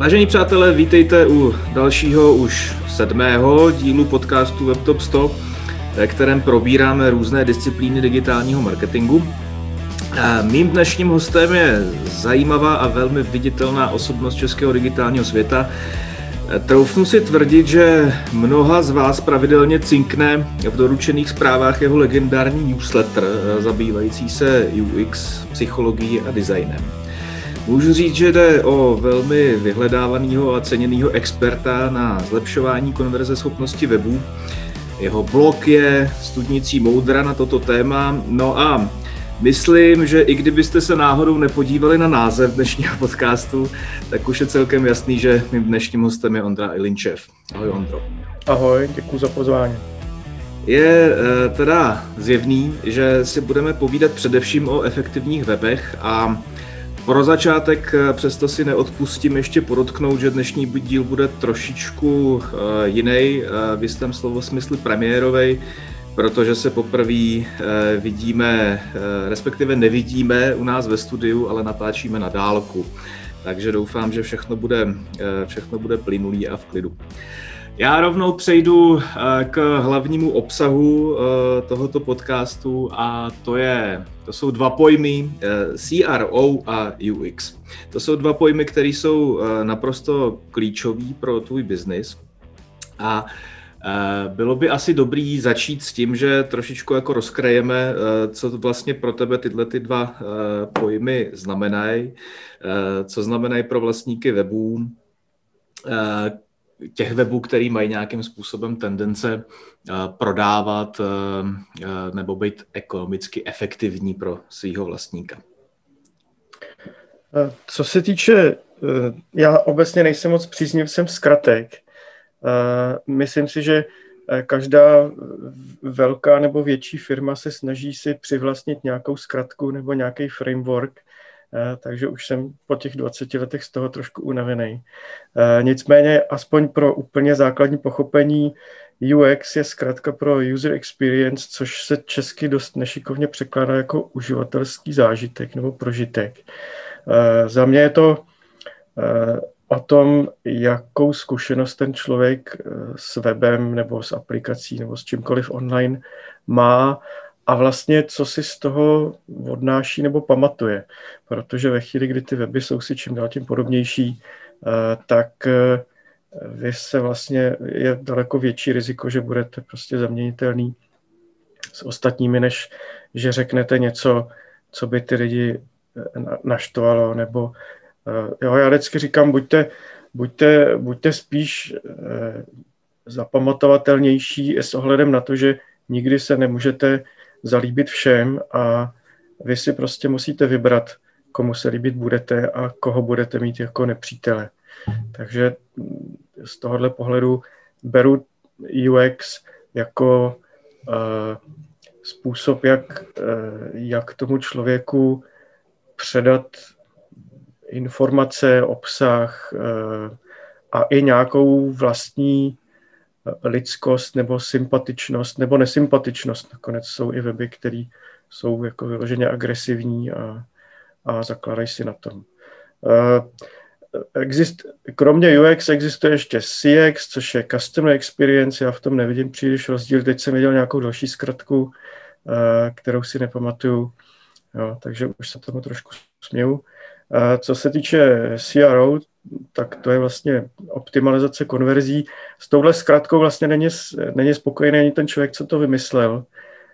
Vážení přátelé, vítejte u dalšího už 7. dílu podcastu WebTop 100, ve kterém probíráme různé disciplíny digitálního marketingu. Mým dnešním hostem je zajímavá a velmi viditelná osobnost českého digitálního světa. Troufnu si tvrdit, že mnoha z vás pravidelně cinkne v doručených zprávách jeho legendární newsletter zabývající se UX, psychologií a designem. Můžu říct, že jde o velmi vyhledávaného a ceněného experta na zlepšování konverzeschopnosti webu. Jeho blog je studnicí moudra na toto téma. No a myslím, že i kdybyste se náhodou nepodívali na název dnešního podcastu, tak už je celkem jasný, že mým dnešním hostem je Ondra Ilinčev. Ahoj, Ondro. Ahoj, děkuji za pozvání. Je teda zjevný, že si budeme povídat především o efektivních webech a pro začátek přesto si neodpustím ještě podotknout, že dnešní díl bude trošičku jiný, v jistém slovo smyslu premiérovej, protože se poprvé vidíme, respektive nevidíme u nás ve studiu, ale natáčíme na dálku. Takže doufám, že všechno bude plynulý a v klidu. Já rovnou přejdu k hlavnímu obsahu tohoto podcastu a to jsou dva pojmy CRO a UX. To jsou dva pojmy, které jsou naprosto klíčový pro tvůj biznis a bylo by asi dobrý začít s tím, že trošičku jako rozkrajeme, co vlastně pro tebe tyhle ty dva pojmy znamenají, co znamenají pro vlastníky webů, těch webů, který mají nějakým způsobem tendence prodávat nebo být ekonomicky efektivní pro svého vlastníka. Co se týče, já obecně nejsem moc příznivcem zkratek. Myslím si, že každá velká nebo větší firma se snaží si přivlastnit nějakou zkratku nebo nějaký framework, takže už jsem po těch 20 letech z toho trošku unavený. Nicméně aspoň pro úplně základní pochopení UX je zkratka pro User Experience, což se česky dost nešikovně překládá jako uživatelský zážitek nebo prožitek. Za mě je to o tom, jakou zkušenost ten člověk s webem nebo s aplikací nebo s čímkoliv online má a vlastně co si z toho odnáší nebo pamatuje. Protože ve chvíli, kdy ty weby jsou si čím dál tím podobnější, tak vy se vlastně je daleko větší riziko, že budete prostě zaměnitelný s ostatními, než že řeknete něco, co by ty lidi naštvalo, nebo já vždycky říkám, buďte spíš zapamatovatelnější s ohledem na to, že nikdy se nemůžete zalíbit všem a vy si prostě musíte vybrat, komu se líbit budete a koho budete mít jako nepřítele. Takže z tohohle pohledu beru UX jako způsob, jak tomu člověku předat informace, obsah a i nějakou vlastní lidskost nebo sympatičnost nebo nesympatičnost. Nakonec jsou i weby, které jsou jako vyloženě agresivní a zakládají si na tom. Kromě UX existuje ještě CX, což je Customer Experience. Já v tom nevidím příliš rozdíl. Teď jsem viděl nějakou další zkratku, kterou si nepamatuju. Jo, takže už se tomu trošku směju. Co se týče CRO, tak to je vlastně optimalizace konverzí. S touhle zkratkou vlastně není spokojený ani ten člověk, co to vymyslel.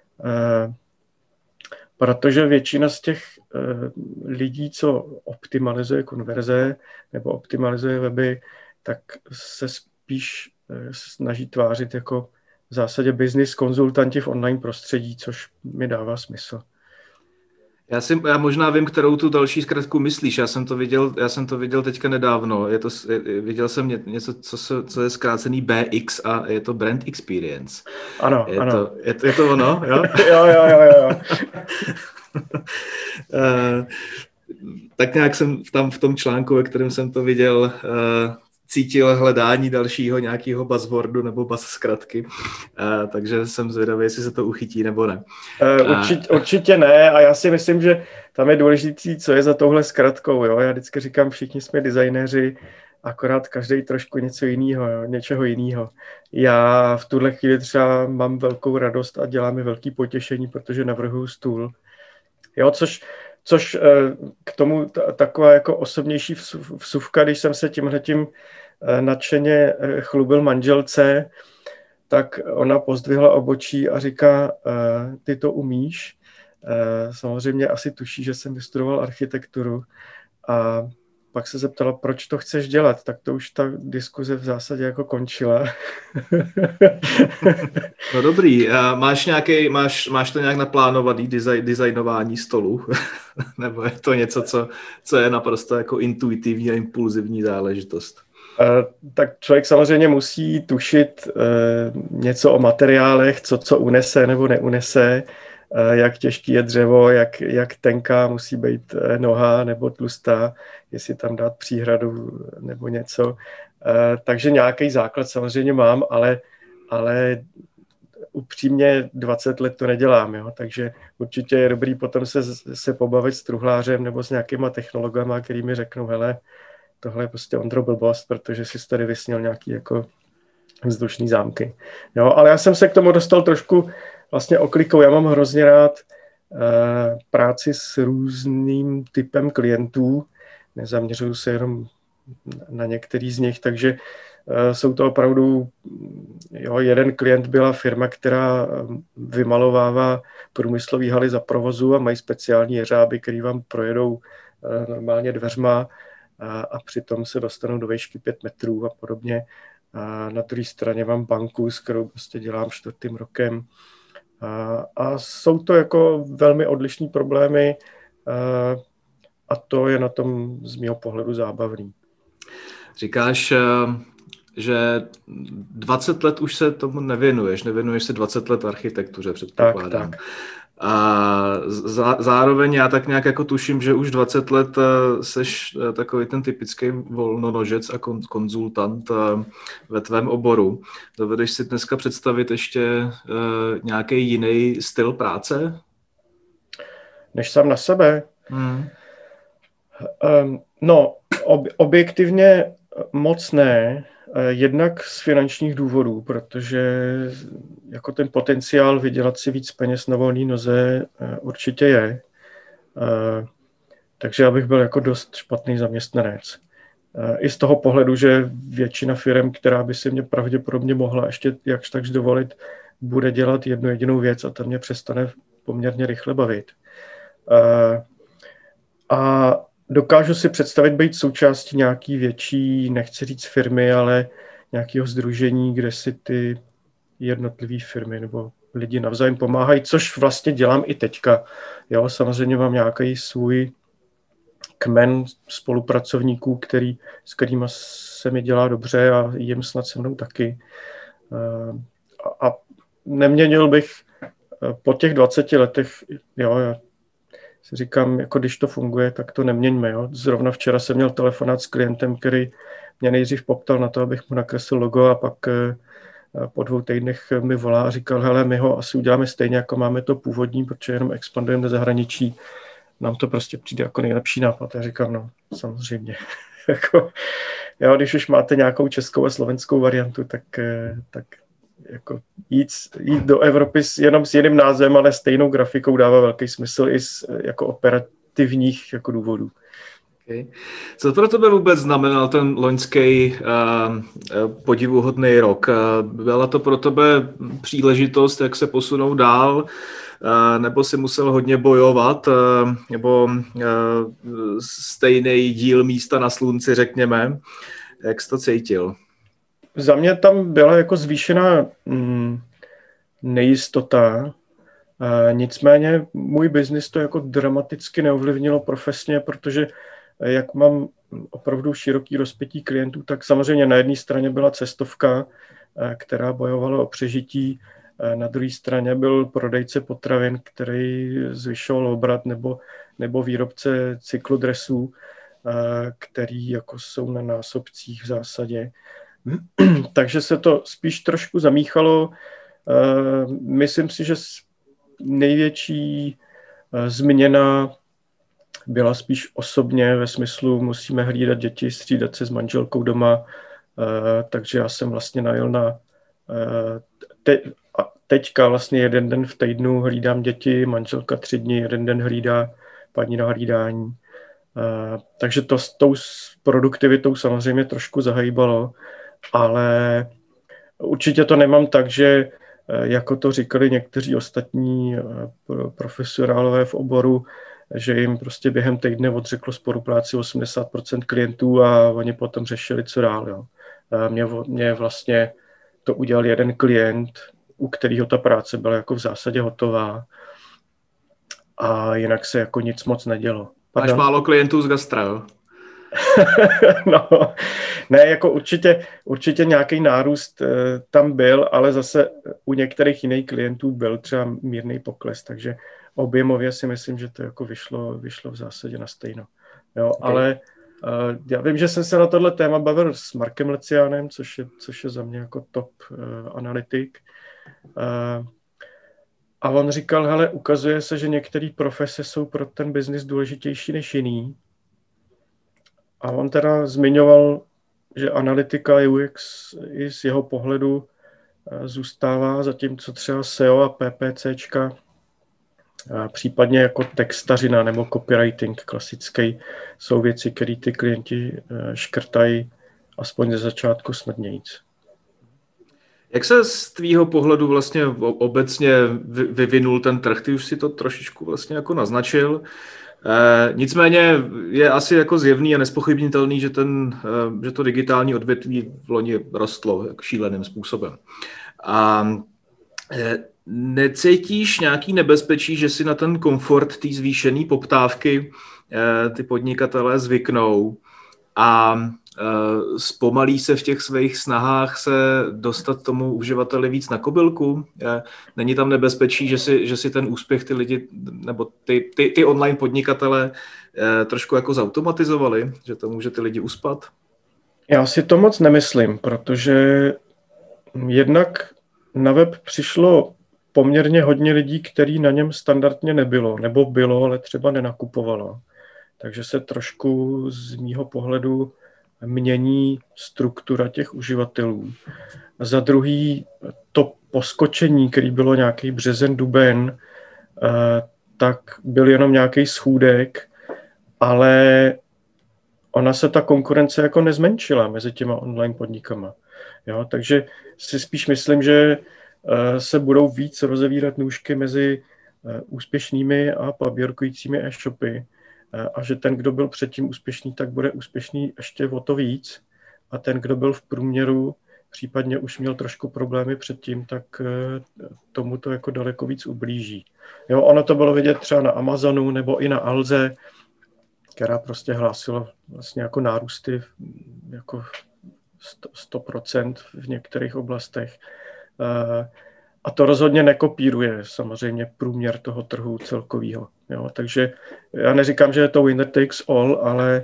Protože většina z těch lidí, co optimalizuje konverze nebo optimalizuje weby, tak se spíš snaží tvářit jako v zásadě business konzultanti v online prostředí, což mi dává smysl. Já možná vím, kterou tu další zkratku myslíš. Já jsem to viděl teďka nedávno. Viděl jsem něco, co je zkrácený BX a je to Brand Experience. Ano. Je to ono, jo? jo. Tak nějak jsem tam v tom článku, ve kterém jsem to viděl, cítil hledání dalšího nějakého buzzwordu nebo buzz zkratky, takže jsem zvědavý, jestli se to uchytí nebo ne. Určitě ne a já si myslím, že tam je důležitý, co je za touhle zkratkou. Jo? Já vždycky říkám, všichni jsme designéři, akorát každý trošku něco jiného, něčeho jiného. Já v tuhle chvíli třeba mám velkou radost a dělá mi velký potěšení, protože navrhuju stůl. Jo, což k tomu taková jako osobnější vsuvka, když jsem se tímhletím nadšeně chlubil manželce, tak ona pozdvihla obočí a říká, ty to umíš. Samozřejmě asi tuší, že jsem vystudoval architekturu a pak se zeptala, proč to chceš dělat, tak to už ta diskuze v zásadě jako končila. No dobrý, máš to nějak naplánovaný designování stolu? Nebo je to něco, co je naprosto jako intuitivní a impulzivní záležitost? Tak člověk samozřejmě musí tušit něco o materiálech, co unese nebo neunese, jak těžký je dřevo, jak tenká musí být noha nebo tlustá, jestli tam dát příhradu nebo něco. Takže nějaký základ samozřejmě mám, ale upřímně 20 let to nedělám, jo? Takže určitě je dobrý potom se pobavit s truhlářem nebo s nějakýma technologama, který mi řeknou, hele, tohle je prostě Ondro blbost, protože jsi tady vysněl nějaký jako vzdušný zámky. Jo, ale já jsem se k tomu dostal trošku vlastně oklikou. Já mám hrozně rád práci s různým typem klientů. Nezaměřuju se jenom na některý z nich, takže jsou to opravdu, jo, jeden klient byla firma, která vymalovává průmyslový haly za provozu a mají speciální jeřáby, který vám projedou normálně dveřma a přitom se dostanou do výšky 5 metrů a podobně. A na druhé straně mám banku, s kterou prostě dělám 4. rokem. A jsou to jako velmi odlišní problémy a to je na tom z mého pohledu zábavný. Říkáš, že 20 let už se tomu nevěnuješ se 20 let architektuře, předpokládám. Tak. A zároveň já tak nějak jako tuším, že už 20 let seš takový ten typický volnonožec a konzultant ve tvém oboru. Dovedeš si dneska představit ještě nějaký jiný styl práce? Než sám na sebe? No, objektivně moc ne. Jednak z finančních důvodů, protože jako ten potenciál vydělat si víc peněz na volné noze určitě je. Takže já bych byl jako dost špatný zaměstnanec. I z toho pohledu, že většina firm, která by si mě pravděpodobně mohla ještě jakž takž dovolit, bude dělat jednu jedinou věc a ta mě přestane poměrně rychle bavit. A dokážu si představit být součástí nějaký větší, nechci říct firmy, ale nějakého sdružení, kde si ty jednotlivé firmy nebo lidi navzájem pomáhají, což vlastně dělám i teďka. Jo, samozřejmě mám nějaký svůj kmen spolupracovníků, s kterými se mi dělá dobře a jim snad se mnou taky. A neměnil bych po těch 20 letech, jo, já si říkám, jako když to funguje, tak to neměňme. Jo. Zrovna včera jsem měl telefonát s klientem, který mě nejdřív poptal na to, abych mu nakreslil logo a pak po 2 týdnech mi volá a říkal, hele, my ho asi uděláme stejně, jako máme to původní, protože jenom expandujeme do zahraničí. Nám to prostě přijde jako nejlepší nápad. Já říkám, no, samozřejmě. Jako, jo, když už máte nějakou českou a slovenskou variantu, tak jako jít do Evropy jenom s jiným názvem, ale stejnou grafikou dává velký smysl i z jako operativních jako důvodů. Okay. Co pro tebe vůbec znamenal ten loňský podivuhodný rok? Byla to pro tebe příležitost, jak se posunout dál, nebo si musel hodně bojovat, nebo stejný díl místa na slunci, řekněme? Jak jsi to cítil? Za mě tam byla jako zvýšená nejistota, nicméně můj biznis to jako dramaticky neovlivnilo profesně, protože jak mám opravdu široký rozpětí klientů, tak samozřejmě na jedné straně byla cestovka, která bojovala o přežití, na druhé straně byl prodejce potravin, který zvyšoval obrat, nebo výrobce cyklodresů, který jako jsou na násobcích v zásadě. Takže se to spíš trošku zamíchalo. Myslím si, že největší změna byla spíš osobně ve smyslu musíme hlídat děti, střídat se s manželkou doma, takže já jsem vlastně najel na teďka vlastně 1 den v týdnu hlídám děti, manželka 3 dny, 1 den hlídá paní na hlídání. Takže to s tou produktivitou samozřejmě trošku zahýbalo, ale určitě to nemám tak, že jako to říkali někteří ostatní profesionálové v oboru, že jim prostě během týdne odřeklo spolupráci 80% klientů a oni potom řešili, co dál. Jo. Mě vlastně to udělal jeden klient, u kterého ta práce byla jako v zásadě hotová a jinak se jako nic moc nedělo. Máš málo klientů z gastra, jo? No, ne, jako určitě nějaký nárůst tam byl, ale zase u některých jiných klientů byl třeba mírný pokles, takže objemově si myslím, že to jako vyšlo v zásadě na stejno. Jo, okay. Ale já vím, že jsem se na tohle téma bavil s Markem Leciánem, což je za mě jako top analytik. A on říkal, hele, ukazuje se, že některé profese jsou pro ten biznis důležitější než jiný. A on teda zmiňoval, že analytika UX i z jeho pohledu zůstává, zatímco třeba SEO a PPCčka, případně jako textařina nebo copywriting klasický, jsou věci, které ty klienti škrtají aspoň ze začátku snadnějíc. Jak se z tvýho pohledu vlastně obecně vyvinul ten trh? Ty už si to trošičku vlastně jako naznačil. Nicméně je asi jako zjevný a nespochybnitelný, že to digitální odvětví v loni rostlo jako šíleným způsobem. A necítíš nějaký nebezpečí, že si na ten komfort té zvýšené poptávky ty podnikatelé zvyknou a zpomalí se v těch svých snahách se dostat tomu uživateli víc na kobylku? Není tam nebezpečí, že si ten úspěch ty lidi nebo ty online podnikatele trošku jako zautomatizovali, že to může ty lidi uspat? Já si to moc nemyslím, protože jednak na web přišlo poměrně hodně lidí, který na něm standardně nebylo, nebo bylo, ale třeba nenakupovalo. Takže se trošku z mýho pohledu mění struktura těch uživatelů. A za druhý to poskočení, který bylo nějaký březen, duben, tak byl jenom nějaký schůdek, ale ona se ta konkurence jako nezmenšila mezi těma online podnikama. Jo, takže si spíš myslím, že se budou víc rozevírat nůžky mezi úspěšnými a paběrkujícími e-shopy a že ten, kdo byl předtím úspěšný, tak bude úspěšný ještě o to víc a ten, kdo byl v průměru, případně už měl trošku problémy předtím, tak tomu to jako daleko víc ublíží. Jo, ono to bylo vidět třeba na Amazonu nebo i na Alze, která prostě hlásila vlastně jako nárůsty jako 100% v některých oblastech. A to rozhodně nekopíruje samozřejmě průměr toho trhu celkového. Jo? Takže já neříkám, že je to winner takes all, ale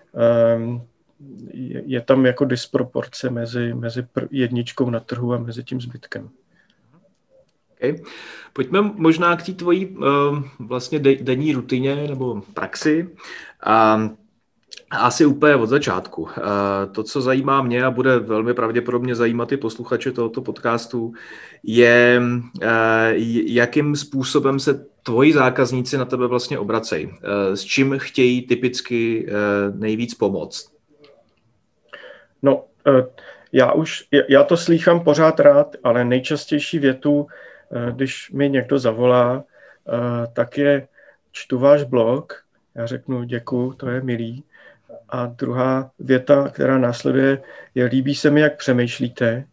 je tam jako disproporce mezi jedničkou na trhu a mezi tím zbytkem. Okay. Pojďme možná k té tvojí vlastně denní rutině nebo praxi. Asi úplně od začátku. To, co zajímá mě a bude velmi pravděpodobně zajímat i posluchače tohoto podcastu, je, jakým způsobem se tvoji zákazníci na tebe vlastně obracejí. S čím chtějí typicky nejvíc pomoct? No, já to slýchám pořád rád, ale nejčastější větu, když mi někdo zavolá, tak je čtu váš blog, já řeknu děkuju, to je milý. A druhá věta, která následuje, je líbí se mi, jak přemýšlíte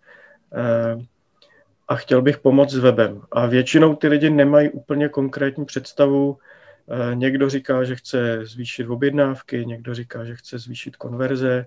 a chtěl bych pomoct s webem. A většinou ty lidi nemají úplně konkrétní představu. Někdo říká, že chce zvýšit objednávky, někdo říká, že chce zvýšit konverze,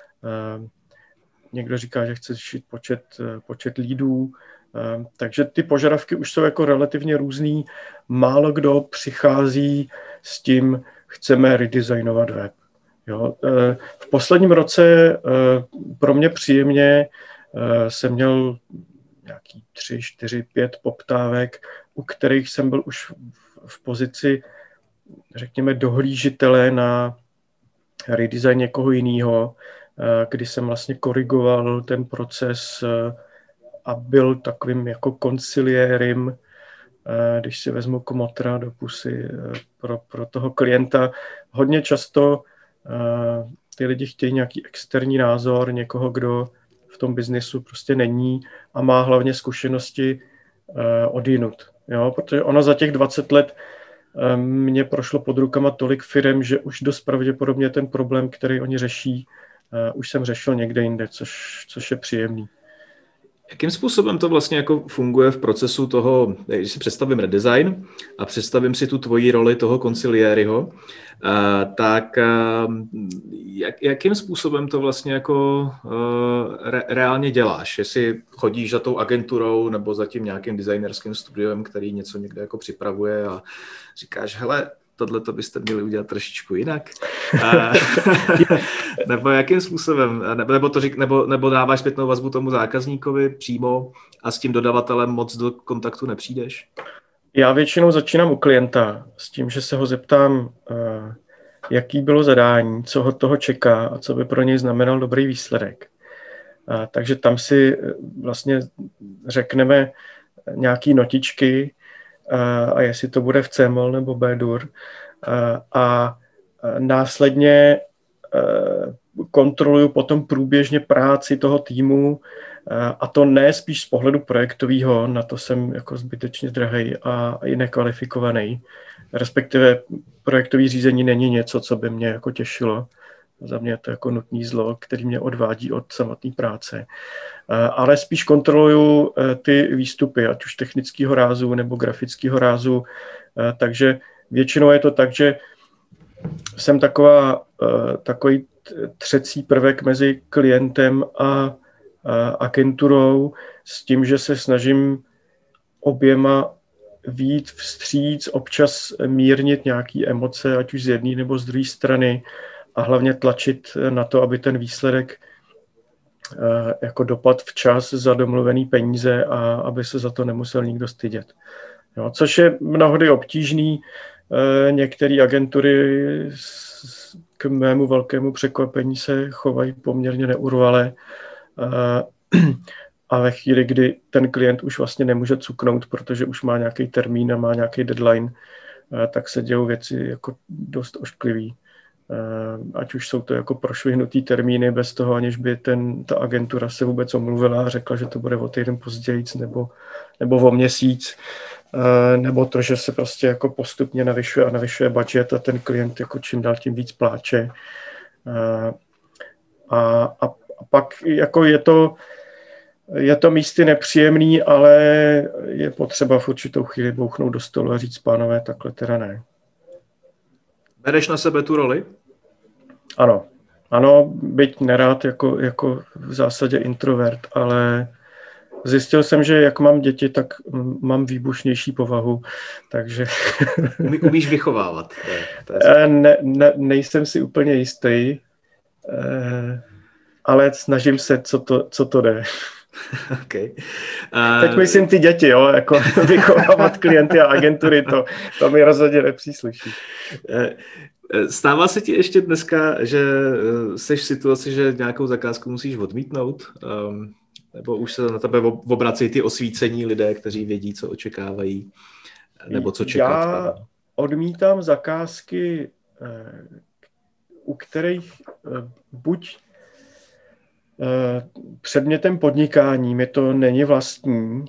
někdo říká, že chce zvýšit počet leadů. Takže ty požadavky už jsou jako relativně různý. Málo kdo přichází s tím, chceme redesignovat web. Jo, v posledním roce pro mě příjemně jsem měl nějaký 3, 4, 5 poptávek, u kterých jsem byl už v pozici řekněme, dohlížitele na redesign někoho jiného, kdy jsem vlastně korigoval ten proces a byl takovým jako konciliérim, když si vezmu Kmotra do pusy pro toho klienta. Hodně často ty lidi chtějí nějaký externí názor, někoho, kdo v tom biznesu prostě není a má hlavně zkušenosti odjinud. Jo? Protože ono za těch 20 let mně prošlo pod rukama tolik firem, že už dost pravděpodobně ten problém, který oni řeší, už jsem řešil někde jinde, což je příjemný. Jakým způsobem to vlastně jako funguje v procesu toho, když si představím redesign a představím si tu tvoji roli toho konciliéryho, tak jakým způsobem to vlastně jako reálně děláš? Jestli chodíš za tou agenturou nebo za tím nějakým designerským studiem, který něco někde jako připravuje a říkáš, hele, tohle to byste měli udělat trošičku jinak. Nebo jakým způsobem? Nebo dáváš zpětnou vazbu tomu zákazníkovi přímo a s tím dodavatelem moc do kontaktu nepřijdeš? Já většinou začínám u klienta s tím, že se ho zeptám, jaký bylo zadání, co ho toho čeká a co by pro něj znamenal dobrý výsledek. Takže tam si vlastně řekneme nějaký notičky, a jestli to bude v CML nebo B-dur. A následně kontroluju potom průběžně práci toho týmu a to ne spíš z pohledu projektového, na to jsem jako zbytečně drahej a i nekvalifikovaný. Respektive projektový řízení není něco, co by mě jako těšilo. Za mě je to jako nutný zlo, který mě odvádí od samotné práce. Ale spíš kontroluju ty výstupy, ať už technického rázu nebo grafického rázu. Takže většinou je to tak, že jsem takový třecí prvek mezi klientem a agenturou s tím, že se snažím oběma vyjít vstříc, občas mírnit nějaké emoce, ať už z jedné nebo z druhé strany, a hlavně tlačit na to, aby ten výsledek jako dopad včas za domluvený peníze a aby se za to nemusel nikdo stydět. Jo, což je mnohdy obtížný. Některé agentury k mému velkému překvapení se chovají poměrně neurvale a ve chvíli, kdy ten klient už vlastně nemůže cuknout, protože už má nějaký termín a má nějaký deadline, tak se dějou věci jako dost ošklivý. Ať už jsou to jako prošvihnutý termíny bez toho, aniž by ta agentura se vůbec omluvila a řekla, že to bude o týden později nebo o měsíc, nebo to, že se prostě jako postupně navyšuje budget a ten klient jako čím dál tím víc pláče. A pak jako je to místy nepříjemný, ale je potřeba v určitou chvíli bouchnout do stolu a říct, pánové, takhle teda ne. Bereš na sebe tu roli? Ano, byť nerád jako v zásadě introvert, ale zjistil jsem, že jak mám děti, tak mám výbušnější povahu, takže... Umíš vychovávat. Nejsem si úplně jistý, ale snažím se, co to jde. Okay. Teď myslím ty děti, jo, jako vychovávat klienty a agentury, to mi rozhodně nepřísluší. Stává se ti ještě dneska, že jsi v situaci, že nějakou zakázku musíš odmítnout? Nebo už se na tebe obracejí ty osvícení lidé, kteří vědí, co očekávají? Nebo co čekat? Já odmítám zakázky, u kterých buď předmětem podnikání mi to není vlastní,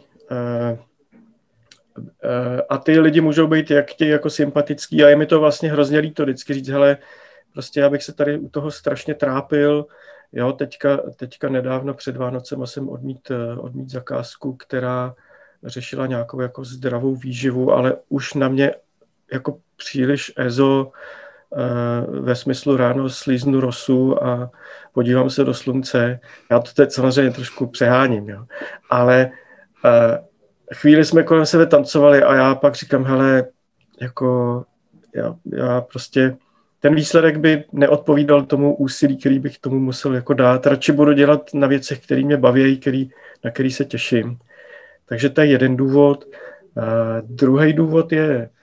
a ty lidi můžou být jak ti jako sympatický a je mi to vlastně hrozně líto vždycky říct, hele, prostě já bych se tady u toho strašně trápil, jo, teďka nedávno před Vánocema jsem odmít zakázku, která řešila nějakou jako zdravou výživu, ale už na mě jako příliš EZO ve smyslu ráno slíznu rosu a podívám se do slunce. Já to teď samozřejmě trošku přeháním, jo, ale chvíli jsme kolem sebe tancovali a já pak říkám, hele, jako já prostě ten výsledek by neodpovídal tomu úsilí, který bych tomu musel jako dát. Radši budu dělat na věcech, které mě baví, na který se těším. Takže to je jeden důvod. Druhý důvod je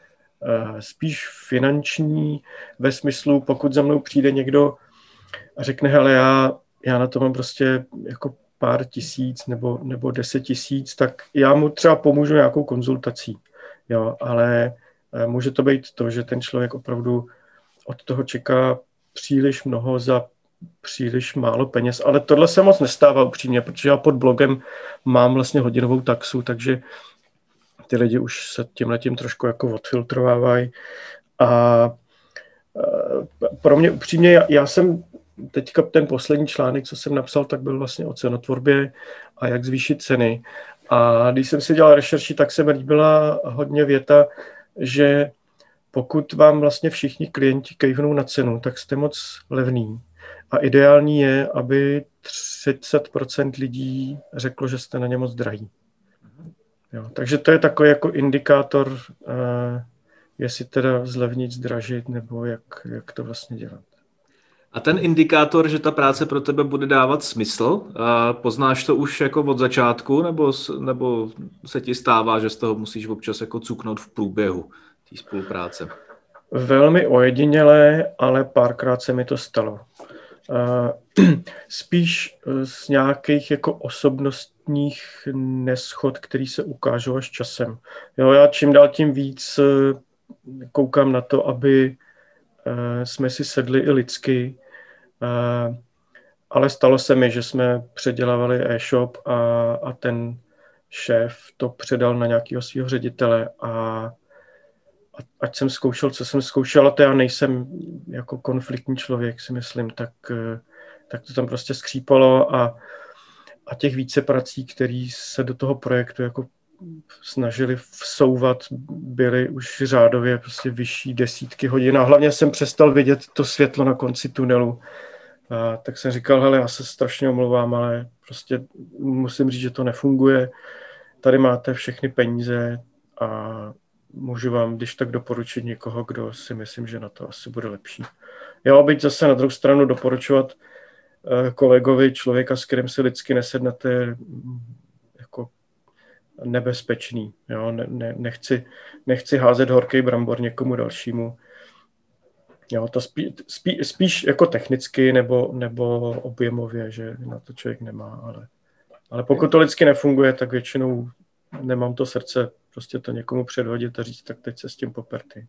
spíš finanční ve smyslu, pokud za mnou přijde někdo a řekne, hele, já na to mám prostě jako pár tisíc nebo 10 000, tak já mu třeba pomůžu nějakou konzultací. Jo, ale může to být to, že ten člověk opravdu od toho čeká příliš mnoho za příliš málo peněz. Ale tohle se moc nestává upřímně, protože já pod blogem mám vlastně hodinovou taxu, takže ty lidi už se tímhletím trošku jako odfiltrovávají. A pro mě upřímně, já jsem teďka ten poslední článek, co jsem napsal, tak byl vlastně o cenotvorbě a jak zvýšit ceny. A když jsem si dělal rešerši, tak se mi líbila hodně věta, že pokud vám vlastně všichni klienti kejvnou na cenu, tak jste moc levný. A ideální je, aby 30% lidí řeklo, že jste na ně moc drahý. Jo, takže to je takový jako indikátor, jestli teda zlevnit, zdražit, nebo jak to vlastně dělat. A ten indikátor, že ta práce pro tebe bude dávat smysl, poznáš to už jako od začátku, nebo se ti stává, že z toho musíš občas jako cuknout v průběhu té spolupráce? Velmi ojedinělé, ale párkrát se mi to stalo. Spíš z nějakých jako osobnostních neschod, který se ukážou až časem. Jo, já čím dál tím víc koukám na to, aby jsme si sedli i lidsky, ale stalo se mi, že jsme předělávali e-shop a ten šéf to předal na nějakého svého ředitele a ať jsem zkoušel, co jsem zkoušel, a to já nejsem jako konfliktní člověk, si myslím, tak to tam prostě skřípalo a těch více prací, které se do toho projektu jako snažili vsouvat, byly už řádově prostě vyšší desítky hodin a hlavně jsem přestal vidět to světlo na konci tunelu. Tak jsem říkal, hele, já se strašně omlouvám, ale prostě musím říct, že to nefunguje. Tady máte všechny peníze a můžu vám když tak doporučit někoho, kdo si myslím, že na to asi bude lepší. Jo, byť zase na druhou stranu doporučovat kolegovi člověka, s kterým si lidsky nesednete, jako nebezpečný. Jo? Nechci házet horký brambor někomu dalšímu. Jo, to spíš jako technicky nebo objemově, že na to člověk nemá, ale pokud to lidsky nefunguje, tak většinou nemám to srdce prostě to někomu předhodit a říct, tak teď se s tím poperty.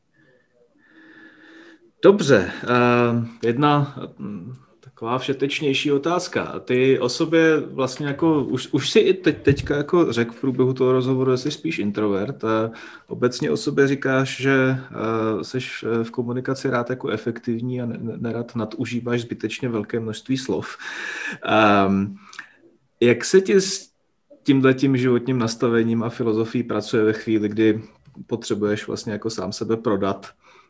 Dobře, jedna taková všetečnější otázka. Ty o sobě vlastně jako, už si i teďka jako řekl v průběhu toho rozhovoru, že jsi spíš introvert. Obecně o sobě říkáš, že jsi v komunikaci rád jako efektivní a nerad nadužíváš zbytečně velké množství slov. Jak se ti s tímhletím životním nastavením a filozofií pracuje ve chvíli, kdy potřebuješ vlastně jako sám sebe prodat?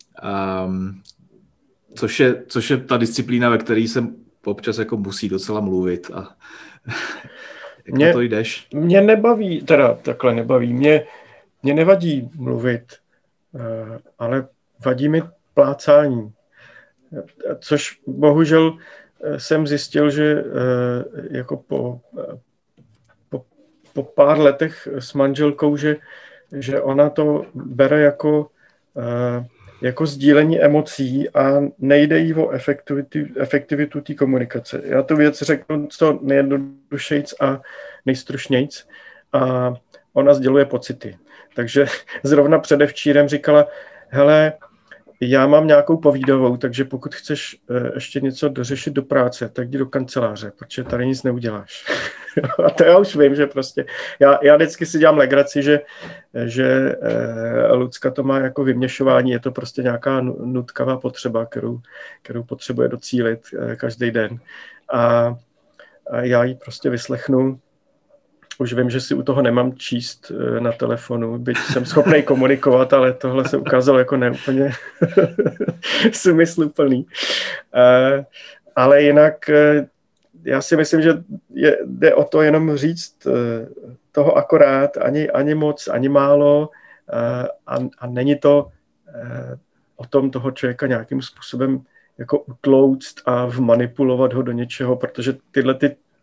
Což je ta disciplína, ve které se občas jako musí docela mluvit. A jak na to jdeš? Mě nebaví, teda takhle nebaví, mě nevadí mluvit, ale vadí mi plácání. Což bohužel jsem zjistil, že jako po pár letech s manželkou, že ona to bere jako sdílení emocí a nejde jí o efektivitu té komunikace. Já tu věc řeknu co nejjednodušejc a nejstručnějc a ona sděluje pocity. Takže zrovna předevčírem říkala, hele, já mám nějakou povídovou, takže pokud chceš ještě něco dořešit do práce, tak jdi do kanceláře, protože tady nic neuděláš. A to já už vím, že prostě, já vždycky si dělám legraci, že Lucka to má jako vyměšování, je to prostě nějaká nutkavá potřeba, kterou potřebuje docílit každý den. A já ji prostě vyslechnu. Už vím, že si u toho nemám číst na telefonu, byť jsem schopný komunikovat, ale tohle se ukázalo jako neúplně smysluplný. Ale jinak já si myslím, že jde o to jenom říct toho akorát, ani moc, ani málo a není to o tom toho člověka nějakým způsobem jako utlouct a vmanipulovat ho do něčeho, protože tyhle ty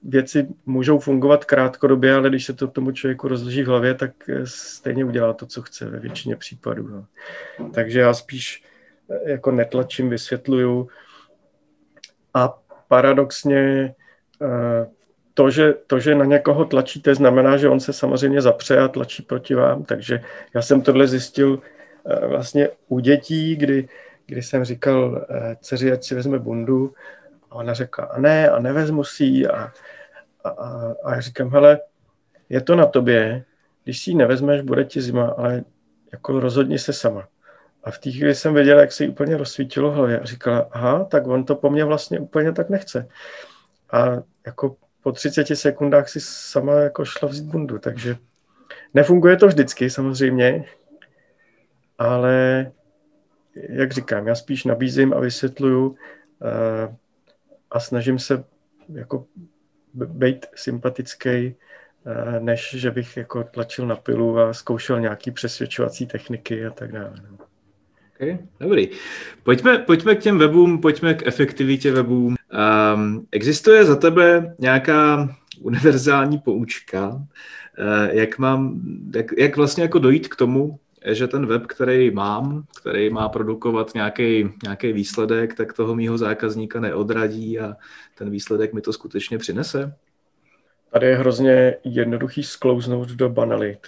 věci můžou fungovat krátkodobě, ale když se to tomu člověku rozloží v hlavě, tak stejně udělá to, co chce ve většině případů. No. Takže já spíš jako netlačím, vysvětluju. A paradoxně to, že na někoho tlačíte, znamená, že on se samozřejmě zapře a tlačí proti vám. Takže já jsem tohle zjistil vlastně u dětí, kdy jsem říkal dceři, ať si vezme bundu, a ona řekla, a nevezmu si ji. A já říkám, hele, je to na tobě, když si ji nevezmeš, bude ti zima, ale jako rozhodni se sama. A v té chvíli jsem věděl, jak se jí úplně rozsvítilo v hlavě a říkala, aha, tak on to po mně vlastně úplně tak nechce. A jako po 30 sekundách si sama jako šla vzít bundu, takže nefunguje to vždycky samozřejmě, ale jak říkám, já spíš nabízím a vysvětluju a snažím se jako být sympatický, než že bych jako tlačil na pilu a zkoušel nějaký přesvědčovací techniky a tak dále. Okay, dobrý. Pojďme k těm webům, pojďme k efektivitě webů. Existuje za tebe nějaká univerzální poučka, jak vlastně jako dojít k tomu, že ten web, který mám, který má produkovat nějaký výsledek, tak toho mýho zákazníka neodradí a ten výsledek mi to skutečně přinese? Tady je hrozně jednoduchý sklouznout do banalit.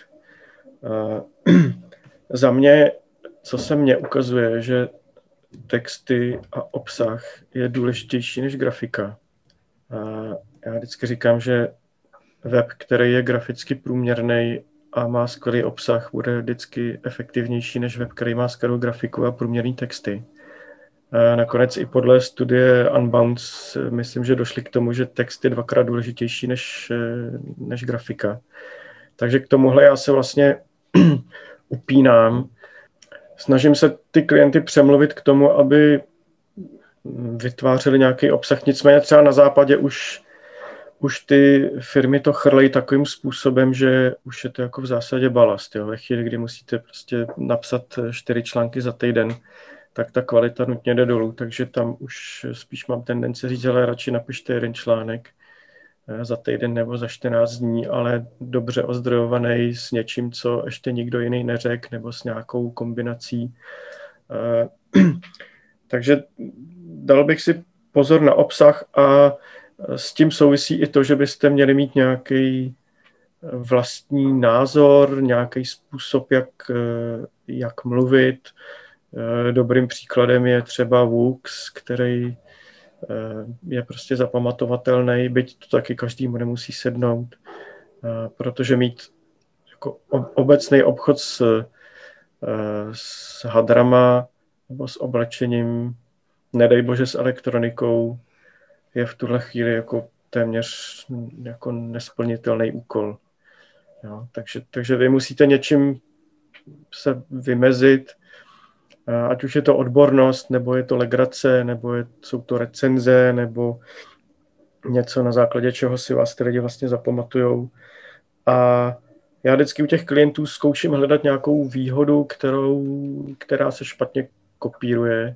Za mě, co se mně ukazuje, že texty a obsah je důležitější než grafika. Já vždycky říkám, že web, který je graficky průměrný a má skvělý obsah, bude vždycky efektivnější než web, který má skvělou grafiku a průměrný texty. Nakonec i podle studie Unbound myslím, že došli k tomu, že text je dvakrát důležitější než grafika. Takže k tomuhle já se vlastně upínám. Snažím se ty klienty přemluvit k tomu, aby vytvářeli nějaký obsah. Nicméně třeba na západě už ty firmy to chrlejí takovým způsobem, že už je to jako v zásadě balast. Jo? Ve chvíli, kdy musíte prostě napsat 4 články za týden, tak ta kvalita nutně jde dolů. Takže tam už spíš mám tendenci říct, ale radši napište 1 článek za týden nebo za 14 dní, ale dobře ozdrojovaný s něčím, co ještě nikdo jiný neřekl, nebo s nějakou kombinací. Takže dal bych si pozor na obsah a s tím souvisí i to, že byste měli mít nějaký vlastní názor, nějaký způsob, jak mluvit. Dobrým příkladem je třeba Wux, který je prostě zapamatovatelný, byť to taky každému nemusí sednout, protože mít jako obecný obchod s hadrama nebo s oblečením, nedej bože s elektronikou, je v tuhle chvíli jako téměř jako nesplnitelný úkol. Jo, takže vy musíte něčím se vymezit, ať už je to odbornost, nebo je to legrace, nebo jsou to recenze, nebo něco, na základě čeho si vás ty lidi vlastně zapamatujou. A já vždycky u těch klientů zkouším hledat nějakou výhodu, která se špatně kopíruje,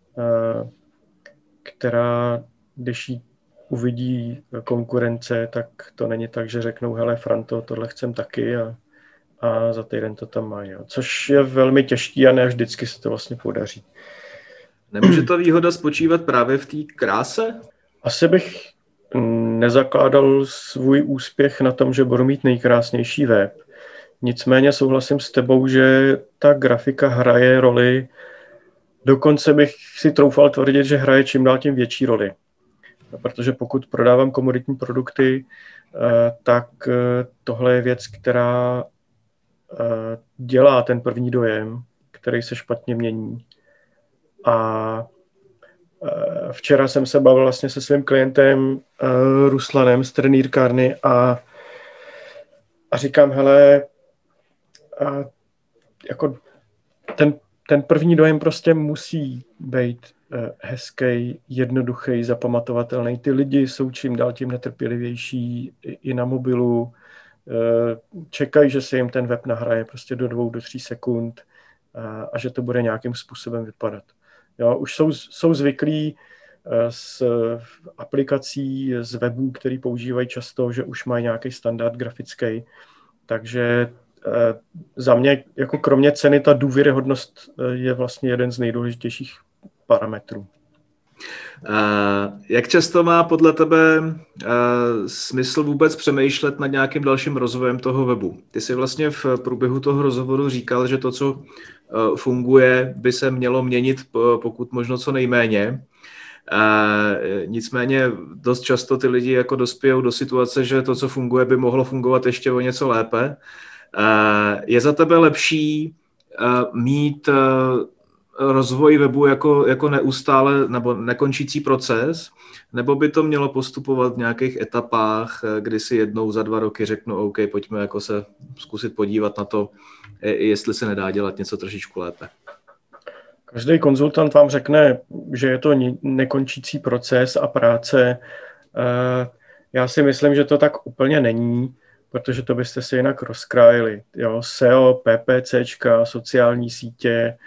která, když ji uvidí konkurence, tak to není tak, že řeknou, hele Franto, tohle chcem taky a za týden to tam mají. Což je velmi těžký a ne vždycky se to vlastně podaří. Nemůže ta výhoda spočívat právě v té kráse? Asi bych nezakládal svůj úspěch na tom, že budu mít nejkrásnější web. Nicméně souhlasím s tebou, že ta grafika hraje roli. Dokonce bych si troufal tvrdit, že hraje čím dál tím větší roli. Protože pokud prodávám komoditní produkty, tak tohle je věc, která dělá ten první dojem, který se špatně mění. A včera jsem se bavil vlastně se svým klientem Ruslanem z trenýrkárny a říkám, hele, jako ten první dojem prostě musí být hezký, jednoduchý, zapamatovatelný. Ty lidi jsou čím dál tím netrpělivější i na mobilu. Čekají, že se jim ten web nahraje prostě do 2 do 3 sekund a že to bude nějakým způsobem vypadat. Jo, už jsou zvyklí z aplikací, z webů, který používají často, že už mají nějaký standard grafický. Takže za mě, jako kromě ceny, ta důvěryhodnost je vlastně jeden z nejdůležitějších parametrů. Jak často má podle tebe smysl vůbec přemýšlet nad nějakým dalším rozvojem toho webu? Ty jsi vlastně v průběhu toho rozhovoru říkal, že to, co funguje, by se mělo měnit pokud možno co nejméně. Nicméně dost často ty lidi jako dospějou do situace, že to, co funguje, by mohlo fungovat ještě o něco lépe. Je za tebe lepší mít rozvoj webu jako neustále nebo nekončící proces, nebo by to mělo postupovat v nějakých etapách, kdy si jednou za 2 roky řeknu, OK, pojďme jako se zkusit podívat na to, jestli se nedá dělat něco trošičku lépe. Každý konzultant vám řekne, že je to nekončící proces a práce. Já si myslím, že to tak úplně není, protože to byste si jinak rozkrájeli. Jo, SEO, PPCčka, sociální sítě,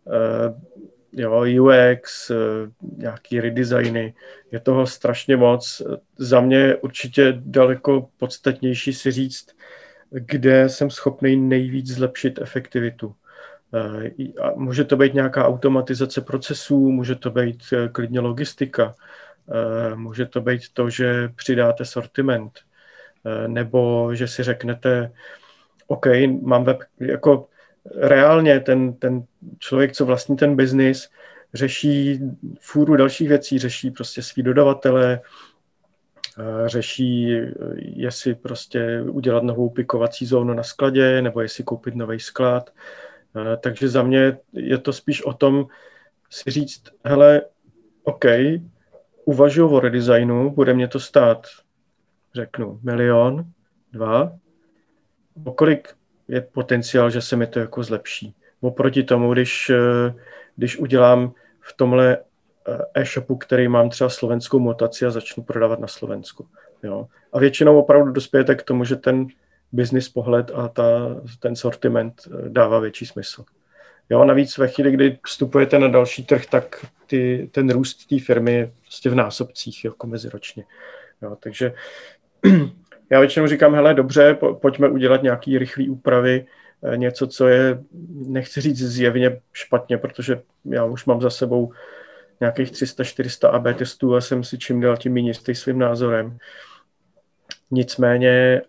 UX, nějaký redesigny, je toho strašně moc. Za mě určitě daleko podstatnější si říct, kde jsem schopný nejvíc zlepšit efektivitu. A může to být nějaká automatizace procesů, může to být klidně logistika, může to být to, že přidáte sortiment, nebo že si řeknete, OK, mám web, jako reálně ten člověk, co vlastní ten biznis, řeší fůru dalších věcí, řeší prostě svý dodavatele, řeší, jestli prostě udělat novou pikovací zónu na skladě, nebo jestli koupit nový sklad. Takže za mě je to spíš o tom si říct, hele, OK, uvažuji o redesignu, bude mě to stát, řeknu, 1 milion, 2, o kolik je potenciál, že se mi to jako zlepší. Oproti tomu, když udělám v tomhle e-shopu, který mám třeba slovenskou mutaci a začnu prodávat na Slovensku. Jo. A většinou opravdu dospějete k tomu, že ten business pohled a ten sortiment dává větší smysl. Jo, navíc ve chvíli, kdy vstupujete na další trh, tak ten růst té firmy je prostě v násobcích jako meziročně. Jo, takže já většinou říkám, hele, dobře, pojďme udělat nějaký rychlý úpravy, něco, co je, nechci říct zjevně špatně, protože já už mám za sebou nějakých 300-400 AB testů a jsem si čím dál tím méně jistý svým názorem. Nicméně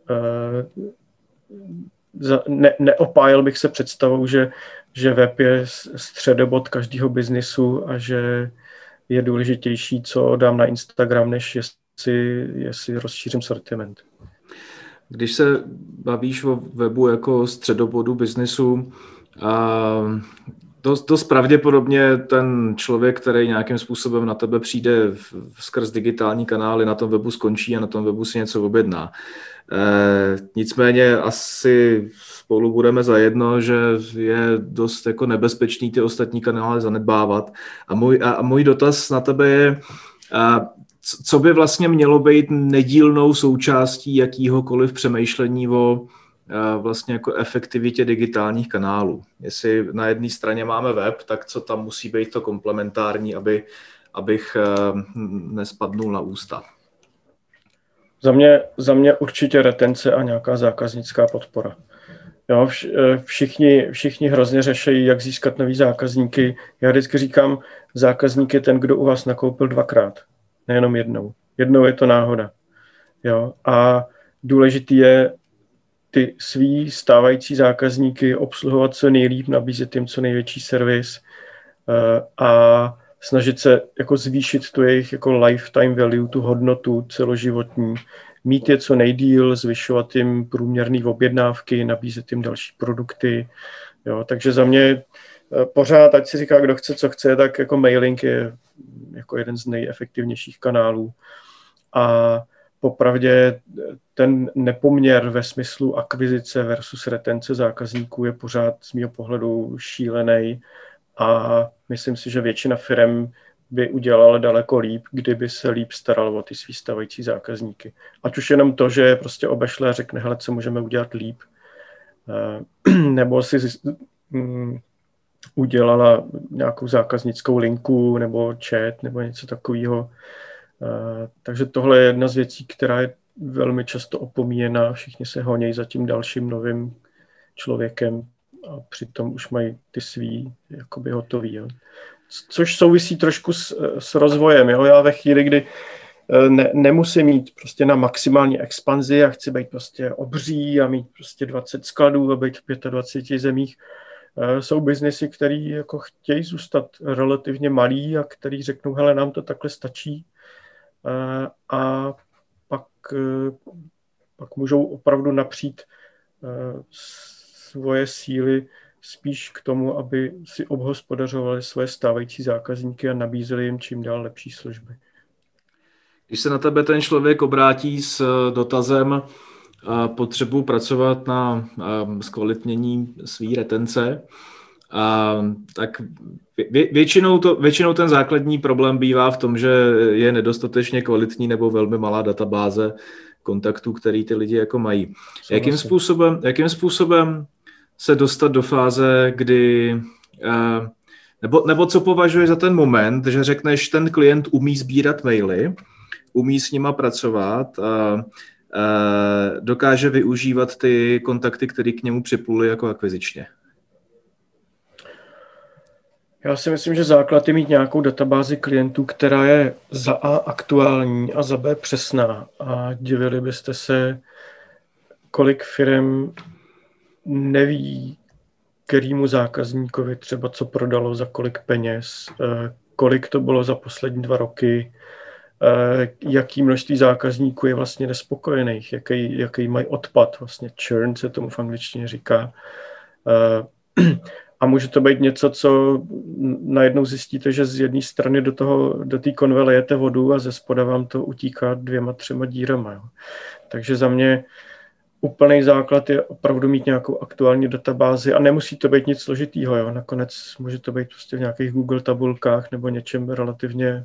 neopájil bych se představou, že web je středobod každého biznisu a že je důležitější, co dám na Instagram, než jestli rozšířím sortiment. Když se bavíš o webu jako středobodu biznisu, dost pravděpodobně ten člověk, který nějakým způsobem na tebe přijde skrz digitální kanály, na tom webu skončí a na tom webu si něco objedná. Nicméně asi spolu budeme zajedno, že je dost jako nebezpečný ty ostatní kanály zanedbávat. A můj dotaz na tebe je, co by vlastně mělo být nedílnou součástí jakýhokoliv přemýšlení o vlastně jako efektivitě digitálních kanálů. Jestli na jedné straně máme web, tak co tam musí být to komplementární, abych nespadnul na ústa? Za mě určitě retence a nějaká zákaznická podpora. Jo, všichni hrozně řeší, jak získat nový zákazníky. Já vždycky říkám, zákazník je ten, kdo u vás nakoupil 2krát, nejenom jednou. Jednou je to náhoda. Jo, a důležitý je ty svý stávající zákazníky obsluhovat co nejlíp, nabízet jim co největší servis a snažit se jako zvýšit tu jejich jako lifetime value, tu hodnotu celoživotní, mít je co nejdýl, zvyšovat jim průměrné objednávky, nabízet jim další produkty. Jo, takže za mě pořád, ať si říká, kdo chce, co chce, tak jako mailing je jako jeden z nejefektivnějších kanálů. A popravdě ten nepoměr ve smyslu akvizice versus retence zákazníků je pořád z mého pohledu šílený a myslím si, že většina firem by udělala daleko líp, kdyby se líp staral o ty svý stávající zákazníky. Ať už jenom to, že prostě obešle a řekne, hele, co můžeme udělat líp, nebo si udělala nějakou zákaznickou linku nebo chat nebo něco takového. Takže tohle je jedna z věcí, která je velmi často opomíjená. Všichni se honí za tím dalším novým člověkem a přitom už mají ty svý jakoby hotový. Jo. Což souvisí trošku s rozvojem. Jo. Já ve chvíli, kdy nemusím mít prostě na maximální expanzi a chci být prostě obří a mít prostě 20 skladů a být v 25 zemích, jsou biznesy, které jako chtějí zůstat relativně malý a který řeknou, hele, nám to takhle stačí a pak můžou opravdu napřít svoje síly spíš k tomu, aby si obhospodařovali svoje stávající zákazníky a nabízeli jim čím dál lepší služby. Když se na tebe ten člověk obrátí s dotazem potřebu pracovat na zkvalitnění své retence, tak většinou ten základní problém bývá v tom, že je nedostatečně kvalitní nebo velmi malá databáze kontaktů, který ty lidi jako mají. Jakým způsobem se dostat do fáze, kdy nebo co považuješ za ten moment, že řekneš, ten klient umí sbírat maily, umí s nima pracovat a dokáže využívat ty kontakty, které k němu připluly jako akvizičně? Já si myslím, že základ je mít nějakou databázi klientů, která je za A aktuální a za B přesná. A divili byste se, kolik firem neví, kterému zákazníkovi třeba co prodalo za kolik peněz, kolik to bylo za poslední 2 roky, jaký množství zákazníků je vlastně nespokojených, jaký mají odpad, vlastně churn se tomu v angličtině říká. A může to být něco, co najednou zjistíte, že z jedné strany do té konve lejete vodu a ze spoda vám to utíká 2, 3 dírama. Jo. Takže za mě úplný základ je opravdu mít nějakou aktuální databázi a nemusí to být nic složitýho. Jo. Nakonec může to být prostě v nějakých Google tabulkách nebo něčem relativně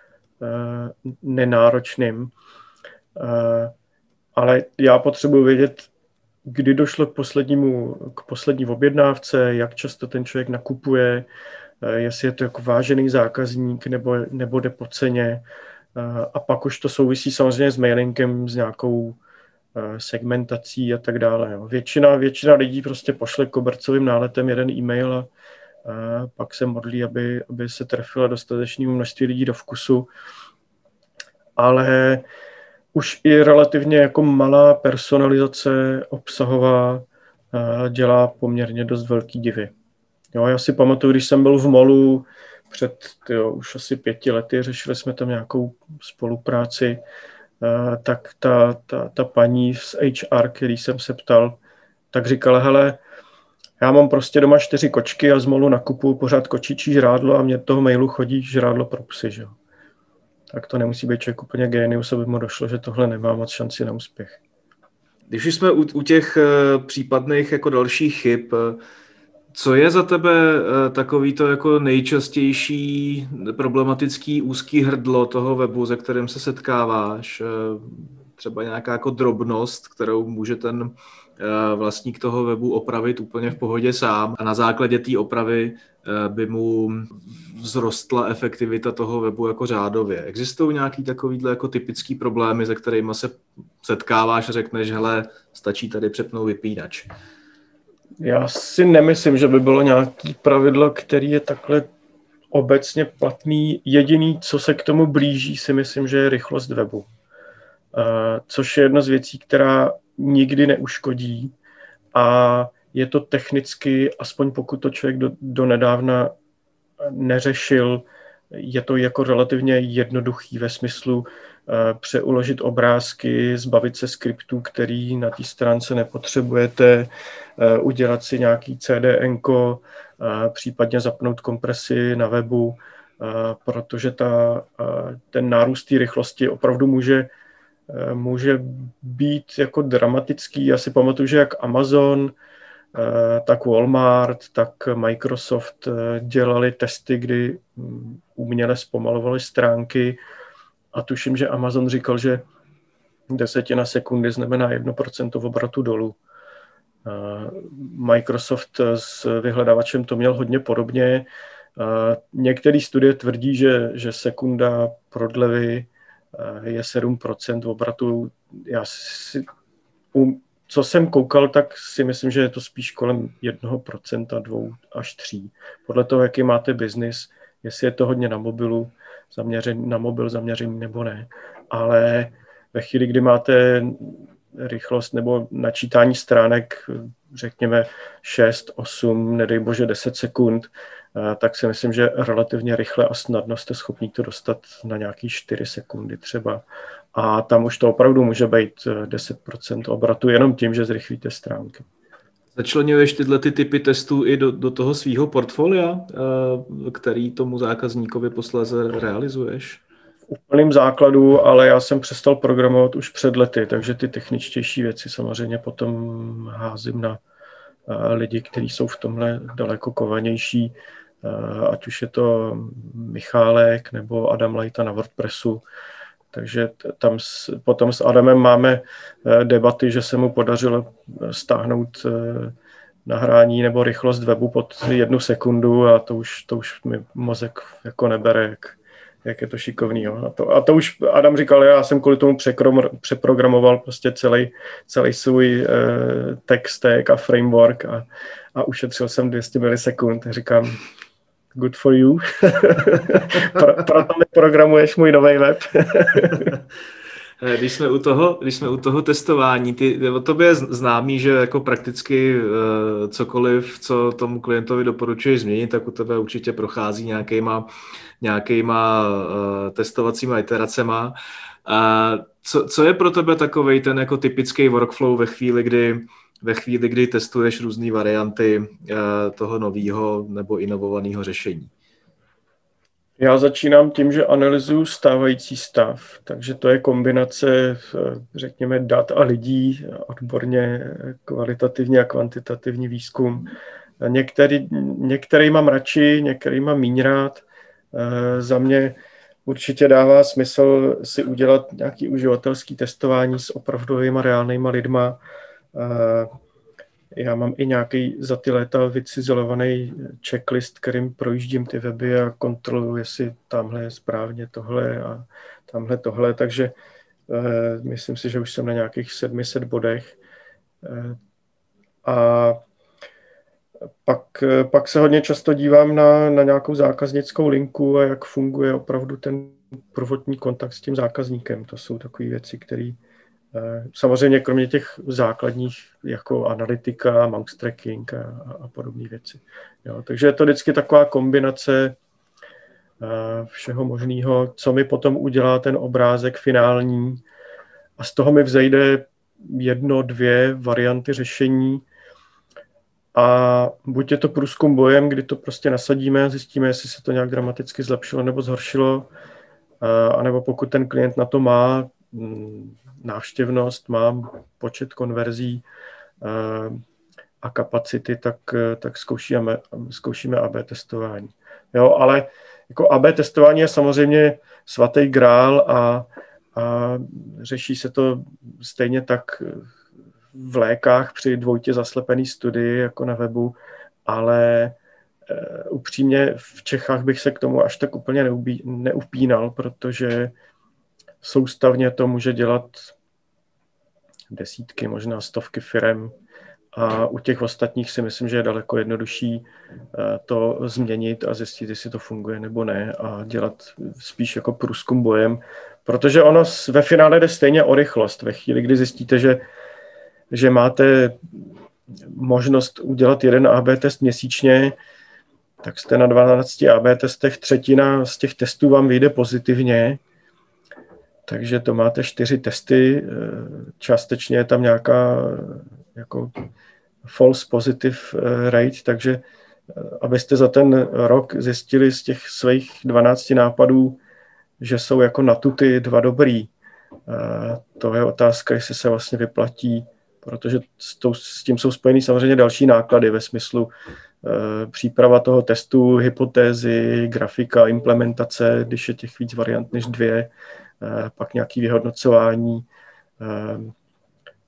nenáročným. Ale já potřebuji vědět, kdy došlo k poslední objednávce, jak často ten člověk nakupuje, jestli je to jako vážený zákazník nebo jde po ceně. A pak už to souvisí samozřejmě s mailingem, s nějakou segmentací a tak dále. Jo. Většina lidí prostě pošle kobercovým náletem jeden e-mail a pak se modlí, aby se trefila dostatečné množství lidí do vkusu. Ale už i relativně jako malá personalizace obsahová dělá poměrně dost velký divy. Jo, já si pamatuju, když jsem byl v Molu před už asi 5 lety, řešili jsme tam nějakou spolupráci, tak ta paní z HR, který jsem se ptal, tak říkala, hele, já mám prostě doma 4 kočky a z Molu nakupuju pořád kočičí žrádlo a mě toho mailu chodí žrádlo pro psy, že jo. Tak to nemusí být člověk úplně génius, aby mu došlo, že tohle nemá moc šanci na úspěch. Když už jsme u těch případných jako dalších chyb, co je za tebe takový to jako nejčastější problematický úzký hrdlo toho webu, se kterým se setkáváš? Třeba nějaká jako drobnost, kterou může ten vlastník toho webu opravit úplně v pohodě sám a na základě té opravy by mu vzrostla efektivita toho webu jako řádově. Existují nějaký takovýhle jako typický problémy, se kterými se setkáváš a řekneš, hele, stačí tady přepnout vypínač? Já si nemyslím, že by bylo nějaké pravidlo, který je takhle obecně platný. Jediný, co se k tomu blíží, si myslím, že je rychlost webu. Což je jedna z věcí, která nikdy neuškodí a je to technicky, aspoň pokud to člověk do nedávna neřešil, je to jako relativně jednoduchý ve smyslu přeuložit obrázky, zbavit se skriptů, který na té stránce nepotřebujete, udělat si nějaký CDNko, případně zapnout kompresi na webu, protože ten nárůst té rychlosti opravdu může být jako dramatický. Já si pamatuju, že jak Amazon, tak Walmart, tak Microsoft dělali testy, kdy uměle zpomalovali stránky a tuším, že Amazon říkal, že 0,1 sekundy znamená 1% obratu dolů. Microsoft s vyhledávačem to měl hodně podobně. Některé studie tvrdí, že sekunda prodlevy je 7% obratu. Co jsem koukal, tak si myslím, že je to spíš kolem 1%, 2 až 3. Podle toho, jaký máte biznis, jestli je to hodně na mobilu, na mobil zaměřený nebo ne. Ale ve chvíli, kdy máte rychlost nebo načítání stránek, řekněme 6, 8, nedej bože 10 sekund, tak si myslím, že relativně rychle a snadno jste schopni to dostat na nějaký 4 sekundy třeba. A tam už to opravdu může být 10% obratu jenom tím, že zrychlíte stránky. Začleňuješ tyhle ty typy testů i do toho svýho portfolia, který tomu zákazníkovi posléze realizuješ? V úplném základu, ale já jsem přestal programovat už před lety, takže ty techničtější věci samozřejmě potom házím na lidi, kteří jsou v tomhle daleko kovanější, ať už je to Michálek nebo Adam Lajta na WordPressu. Takže tam potom s Adamem máme debaty, že se mu podařilo stáhnout nahrání nebo rychlost webu pod 1 sekundu a to už mi mozek jako nebere, jak je to šikovný. Jo. A to už Adam říkal, já jsem kvůli tomu přeprogramoval prostě celý svůj tech stack a framework a ušetřil jsem 200 milisekund. Říkám, good for you. Proto mi programuješ můj nový web. Když jsme u toho testování, o tobě je známý, že jako prakticky cokoliv, co tomu klientovi doporučuješ změnit, tak u tebe určitě prochází nějakýma testovacíma iteracema. Co je pro tebe takovej ten jako typický workflow ve chvíli, kdy testuješ různé varianty toho nového nebo inovovaného řešení? Já začínám tím, že analyzuju stávající stav, takže to je kombinace, řekněme, dat a lidí, odborně kvalitativní a kvantitativní výzkum. Některý mám radši, některý mám míň rád. Za mě určitě dává smysl si udělat nějaký uživatelský testování s opravdovýma reálnýma lidma. Já mám i nějaký za ty léta vycizelovaný checklist, kterým projíždím ty weby a kontroluji, jestli tamhle je správně tohle a tamhle tohle, takže myslím si, že už jsem na nějakých 700 bodech. A pak se hodně často dívám na nějakou zákaznickou linku a jak funguje opravdu ten prvotní kontakt s tím zákazníkem. To jsou takové věci, které samozřejmě kromě těch základních jako analytika, mouse tracking a podobné věci. Jo, takže je to vždycky taková kombinace všeho možného, co mi potom udělá ten obrázek finální a z toho mi vzejde 1, 2 varianty řešení a buď je to průzkum bojem, kdy to prostě nasadíme a zjistíme, jestli se to nějak dramaticky zlepšilo nebo zhoršilo, anebo pokud ten klient na to má návštěvnost, mám počet konverzí a kapacity, tak zkoušíme AB testování. Jo, ale jako AB testování je samozřejmě svatý grál a řeší se to stejně tak v lékách při dvojitě zaslepený studii jako na webu, ale upřímně v Čechách bych se k tomu až tak úplně neupínal, protože soustavně to může dělat desítky, možná stovky firem a u těch ostatních si myslím, že je daleko jednodušší to změnit a zjistit, jestli to funguje nebo ne a dělat spíš jako průzkum bojem, protože ono ve finále jde stejně o rychlost. Ve chvíli, kdy zjistíte, že máte možnost udělat 1 AB test měsíčně, tak jste na 12 AB testech, 1/3 z těch testů vám vyjde pozitivně, takže to máte 4 testy, částečně je tam nějaká jako false positive rate, takže abyste za ten rok zjistili z těch svých 12 nápadů, že jsou jako na tuty 2 dobrý. To je otázka, jestli se vlastně vyplatí, protože s tím jsou spojeny samozřejmě další náklady ve smyslu příprava toho testu, hypotézy, grafika, implementace, když je těch víc variant než 2, pak nějaké vyhodnocování.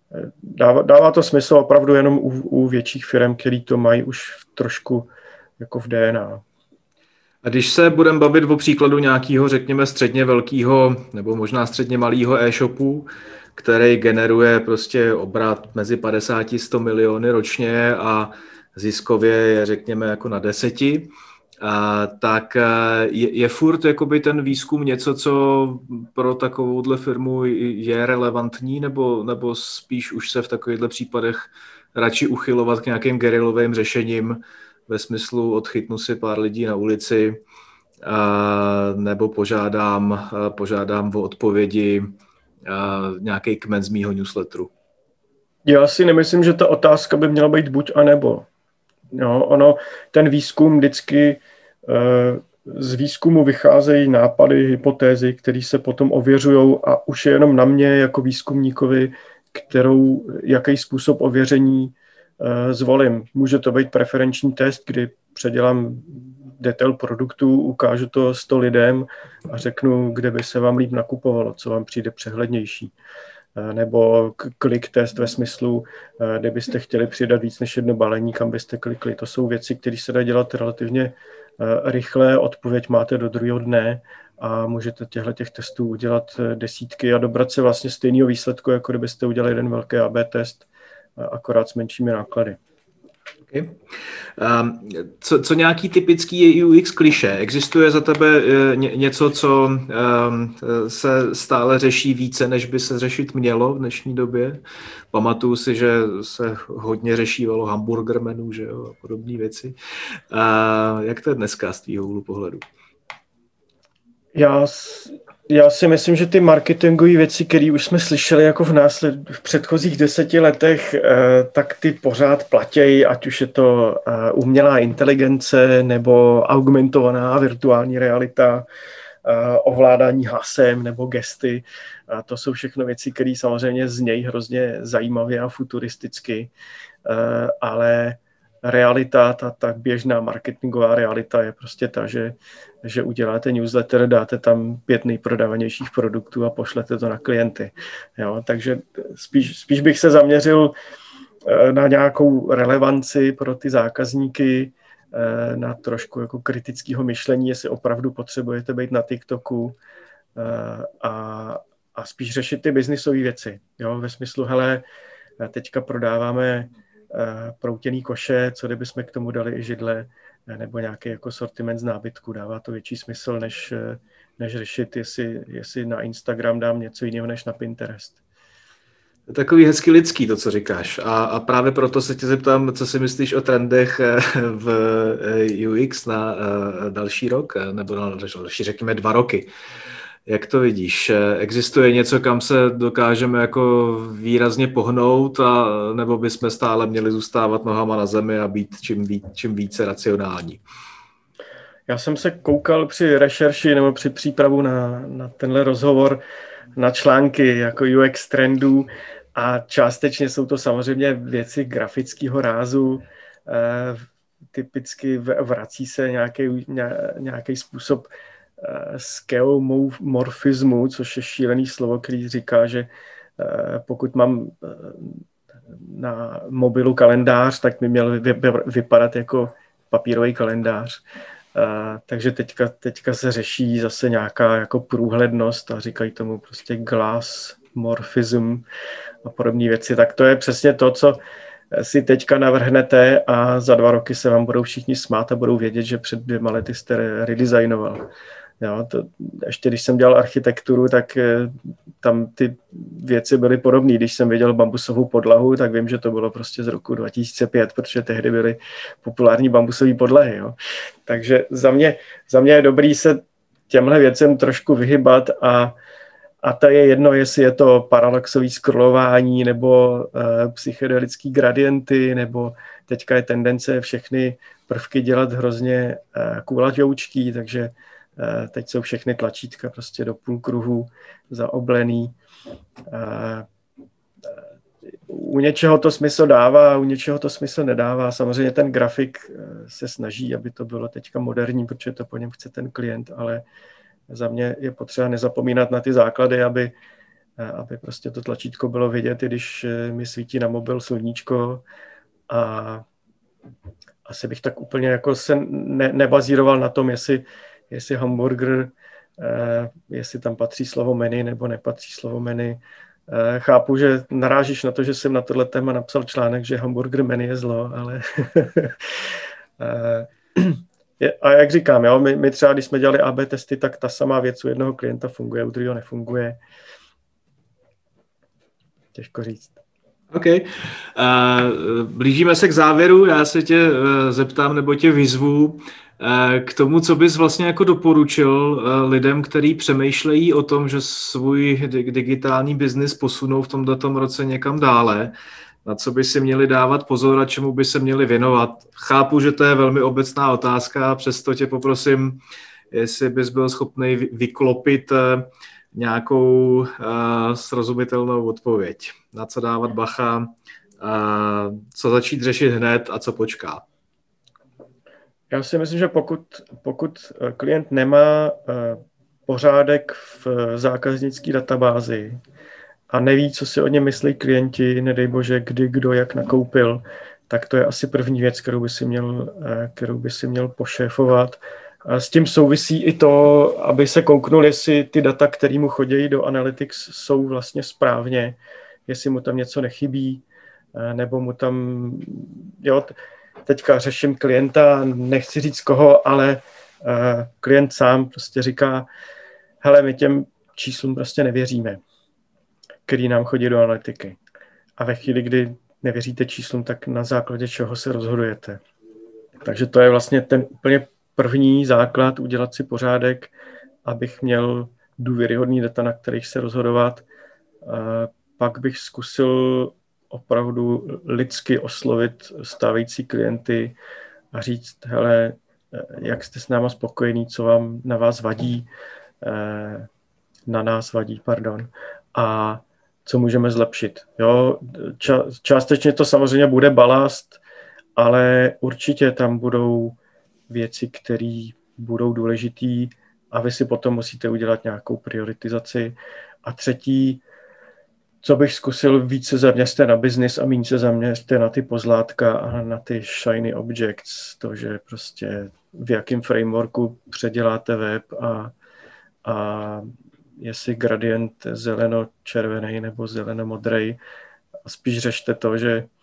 Dává to smysl opravdu jenom u větších firm, který to mají už trošku jako v DNA. A když se budeme bavit o příkladu nějakého, řekněme, středně velkého nebo možná středně malého e-shopu, který generuje prostě obrat mezi 50 a 100 miliony ročně a ziskově je, řekněme, jako na 10, tak je furt jakoby ten výzkum něco, co pro takovouhle firmu je relevantní, nebo spíš už se v takovýchhle případech radši uchylovat k nějakým gerilovým řešením ve smyslu odchytnu si pár lidí na ulici, nebo požádám o odpovědi nějaký kmen z mýho newsletteru. Já si nemyslím, že ta otázka by měla být buď a nebo. Jo, ten výzkum vždycky z výzkumu vycházejí nápady, hypotézy, které se potom ověřují a už je jenom na mě jako výzkumníkovi, jaký způsob ověření zvolím. Může to být preferenční test, kdy předělám detail produktu, ukážu to 100 lidem a řeknu, kde by se vám líp nakupovalo, co vám přijde přehlednější. Nebo klik test ve smyslu, kdybyste chtěli přidat víc než jedno balení, kam byste klikli. To jsou věci, které se dá dělat relativně rychle, odpověď máte do druhého dne a můžete těch testů udělat desítky a dobrat se vlastně stejného výsledku, jako kdybyste udělali jeden velký AB test, akorát s menšími náklady. Okay. Co nějaký typický UX klišé? Existuje za tebe něco, co se stále řeší více, než by se řešit mělo v dnešní době? Pamatuju si, že se hodně řešívalo hamburger menu, že jo, a podobné věci. Jak to je dneska z tvýho úhlu pohledu? Já si myslím, že ty marketingové věci, které už jsme slyšeli jako v předchozích 10 letech, tak ty pořád platějí, ať už je to umělá inteligence nebo augmentovaná virtuální realita, ovládání hlasem nebo gesty. To jsou všechno věci, které samozřejmě znějí hrozně zajímavě a futuristicky, ale realita, ta běžná marketingová realita je prostě ta, že uděláte newsletter, dáte tam 5 nejprodávanějších produktů a pošlete to na klienty. Jo, takže spíš bych se zaměřil na nějakou relevanci pro ty zákazníky, na trošku jako kritického myšlení, jestli opravdu potřebujete být na TikToku a spíš řešit ty biznisové věci. Jo, ve smyslu, hele, teďka prodáváme proutěný koše, co kdybychom k tomu dali i židle nebo nějaký jako sortiment z nábytku. Dává to větší smysl, než řešit, jestli na Instagram dám něco jiného než na Pinterest. Takový hezky lidský to, co říkáš. A právě proto se tě zeptám, co si myslíš o trendech v UX na další rok, nebo na další, řekněme, 2 roky. Jak to vidíš? Existuje něco, kam se dokážeme jako výrazně pohnout, nebo bychom stále měli zůstávat nohama na zemi a být čím více racionální? Já jsem se koukal při rešerši nebo při přípravu na tenhle rozhovor na články jako UX trendů a částečně jsou to samozřejmě věci grafického rázu. Typicky vrací se nějaký způsob skeomorfismu, což je šílený slovo, který říká, že pokud mám na mobilu kalendář, tak by měl vypadat jako papírový kalendář. Takže teďka se řeší zase nějaká jako průhlednost a říkají tomu prostě glass morphism a podobné věci. Tak to je přesně to, co si teďka navrhnete a za 2 roky se vám budou všichni smát a budou vědět, že před 2 lety jste redesignoval. Jo, ještě když jsem dělal architekturu, tak tam ty věci byly podobné. Když jsem viděl bambusovou podlahu, tak vím, že to bylo prostě z roku 2005, protože tehdy byly populární bambusové podlahy. Jo. Takže za mě je dobrý se těmhle věcem trošku vyhybat a to je jedno, jestli je to parallaxový scrollování nebo psychedelický gradienty, nebo teďka je tendence všechny prvky dělat hrozně kulatoučký, takže teď jsou všechny tlačítka prostě do půlkruhu zaoblený. U něčeho to smysl dává, u něčeho to smysl nedává. Samozřejmě ten grafik se snaží, aby to bylo teďka moderní, protože to po něm chce ten klient, ale za mě je potřeba nezapomínat na ty základy, aby aby prostě to tlačítko bylo vidět, i když mi svítí na mobil sluníčko. A asi bych tak úplně jako se nebazíroval na tom, jestli hamburger, jestli tam patří slovo menu nebo nepatří slovo menu. Chápu, že narážíš na to, že jsem na tohle téma napsal článek, že hamburger menu je zlo, ale a jak říkám, jo, my třeba, když jsme dělali AB testy, tak ta samá věc u jednoho klienta funguje, u druhého nefunguje. Těžko říct. OK. Blížíme se k závěru. Já se tě zeptám nebo tě vyzvu k tomu, co bys vlastně jako doporučil lidem, kteří přemýšlejí o tom, že svůj digitální biznis posunou v tomto roce někam dále. Na co by si měli dávat pozor a čemu by se měli věnovat. Chápu, že to je velmi obecná otázka, přesto tě poprosím, jestli bys byl schopný vyklopit nějakou srozumitelnou odpověď. Na co dávat bacha, co začít řešit hned a co počká. Já si myslím, že pokud klient nemá pořádek v zákaznické databázi a neví, co si o něm myslí klienti, nedej bože, kdy, kdo, jak nakoupil, tak to je asi první věc, kterou by si měl pošéfovat. A s tím souvisí i to, aby se kouknul, jestli ty data, které mu chodí do Analytics, jsou vlastně správně, jestli mu tam něco nechybí, nebo mu tam, jo, teďka řeším klienta, nechci říct koho, ale klient sám prostě říká, hele, my těm číslům prostě nevěříme, který nám chodí do analytiky. A ve chvíli, kdy nevěříte číslům, tak na základě čeho se rozhodujete. Takže to je vlastně ten úplně první základ, udělat si pořádek, abych měl důvěryhodný data, na kterých se rozhodovat. Pak bych zkusil opravdu lidsky oslovit stávající klienty a říct, hele, jak jste s náma spokojení, co vám na vás vadí, na nás vadí, pardon, a co můžeme zlepšit. Jo, částečně to samozřejmě bude balast, ale určitě tam budou věci, které budou důležitý a vy si potom musíte udělat nějakou prioritizaci. A třetí, co bych zkusil, víc se zaměřte na biznis a méně se zaměřte na ty pozlátka a na ty shiny objects, to, že prostě v jakém frameworku předěláte web a jestli gradient zeleno-červený nebo zeleno-modrej. A spíš řešte to,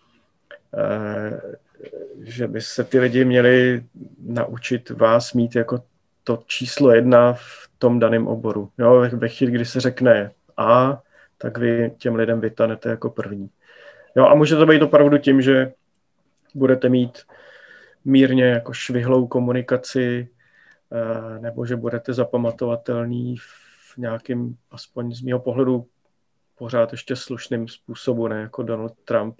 že by se ty lidi měli naučit vás mít jako to číslo 1 v tom daném oboru. Jo, ve chvíli, kdy se řekne A, tak vy těm lidem vytanete jako první. Jo, a může to být opravdu tím, že budete mít mírně jako švihlou komunikaci, nebo že budete zapamatovatelný v nějakým, aspoň z mého pohledu, pořád ještě slušným způsobu, ne jako Donald Trump,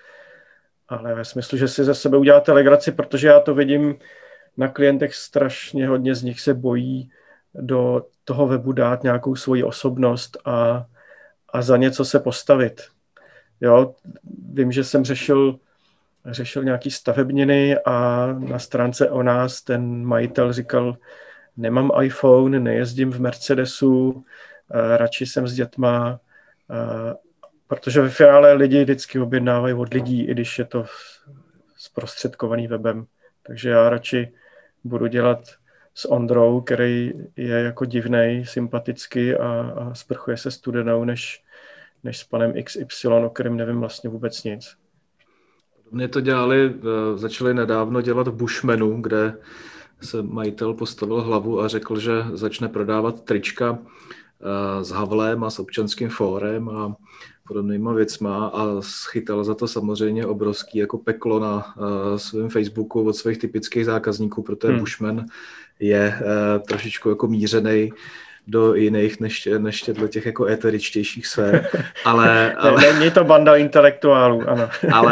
ale ve smyslu, že si ze sebe uděláte legraci, protože já to vidím na klientech, strašně hodně z nich se bojí do toho webu dát nějakou svoji osobnost a za něco se postavit. Jo, vím, že jsem řešil nějaký stavebniny a na stránce o nás ten majitel říkal, nemám iPhone, nejezdím v Mercedesu, radši jsem s dětma, protože ve finále lidi vždycky objednávají od lidí, i když je to zprostředkovaný webem. Takže já radši budu dělat s Ondrou, který je jako divnej, sympatický a sprchuje se studenou, než s panem XY, o kterém nevím vlastně vůbec nic. Mě to začali nedávno dělat v Bushmanu, kde se majitel postavil hlavu a řekl, že začne prodávat trička s Havlem a s občanským fórem a podobnýma věcma a schytal za to samozřejmě obrovský jako peklo na svém Facebooku od svých typických zákazníků, protože Bushman je trošičku jako mířenej do jiných než těch jako éteričtějších sfér. Ale není to banda intelektuálů, ano.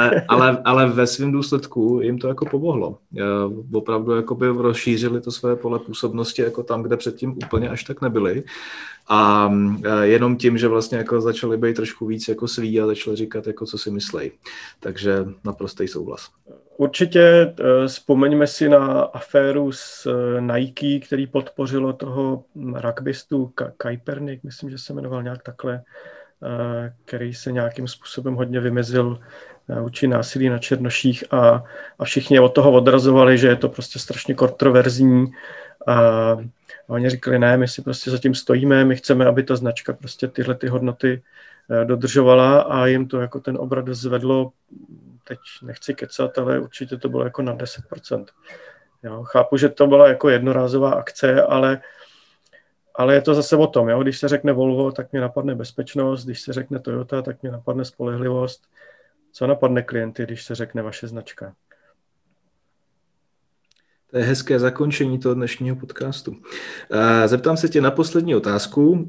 ale ve svém důsledku jim to jako pomohlo. Opravdu jako by rozšířili to své pole působnosti jako tam, kde předtím úplně až tak nebyli. A jenom tím, že vlastně jako začali být trošku víc jako sví a začali říkat, jako co si myslej. Takže naprostý souhlas. Určitě vzpomeňme si na aféru s Nike, který podpořilo toho rugbystu Kaepernick, myslím, že se jmenoval nějak takhle. který se nějakým způsobem hodně vymezil vůči násilí na černoších a všichni od toho odrazovali, že je to prostě strašně kontroverzní a oni říkali, ne, my si prostě za tím stojíme, my chceme, aby ta značka prostě tyhle ty hodnoty dodržovala a jim to jako ten obrat zvedlo, teď nechci kecat, ale určitě to bylo jako na 10%. Jo, chápu, že to byla jako jednorázová akce, ale je to zase o tom, jo? Když se řekne Volvo, tak mě napadne bezpečnost, když se řekne Toyota, tak mě napadne spolehlivost. Co napadne klienty, když se řekne vaše značka? To je hezké zakončení toho dnešního podcastu. Zeptám se tě na poslední otázku,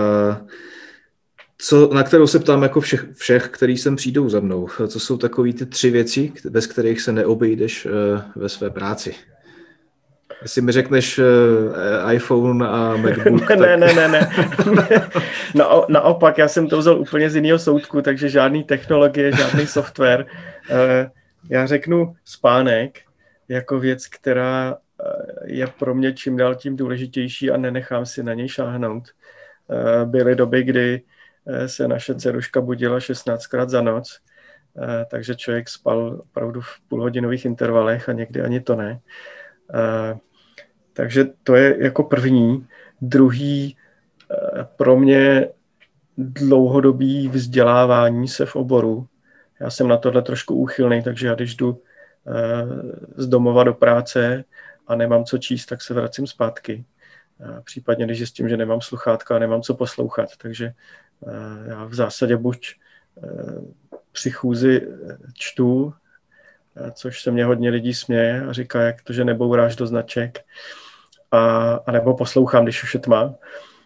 na kterou se ptám jako všech, kteří sem přijdou za mnou. Co jsou takové ty 3 věci, bez kterých se neobejdeš ve své práci? Jestli mi řekneš iPhone a MacBook, Ne. Naopak, já jsem to vzal úplně z jiného soudku, takže žádný technologie, žádný software. Já řeknu spánek jako věc, která je pro mě čím dál tím důležitější a nenechám si na něj šáhnout. Byly doby, kdy se naše dceruška budila 16krát za noc, takže člověk spal opravdu v půlhodinových intervalech a někdy ani to ne. Takže to je jako první. Druhý, pro mě dlouhodobý vzdělávání se v oboru. Já jsem na tohle trošku úchylný, takže já když jdu z domova do práce a nemám co číst, tak se vracím zpátky. Případně, když zjistím, že nemám sluchátka a nemám co poslouchat. Takže já v zásadě buď při chůzi čtu, což se mě hodně lidí směje a říká, jak to, že nebouráš do značek, a nebo poslouchám, když už je tma.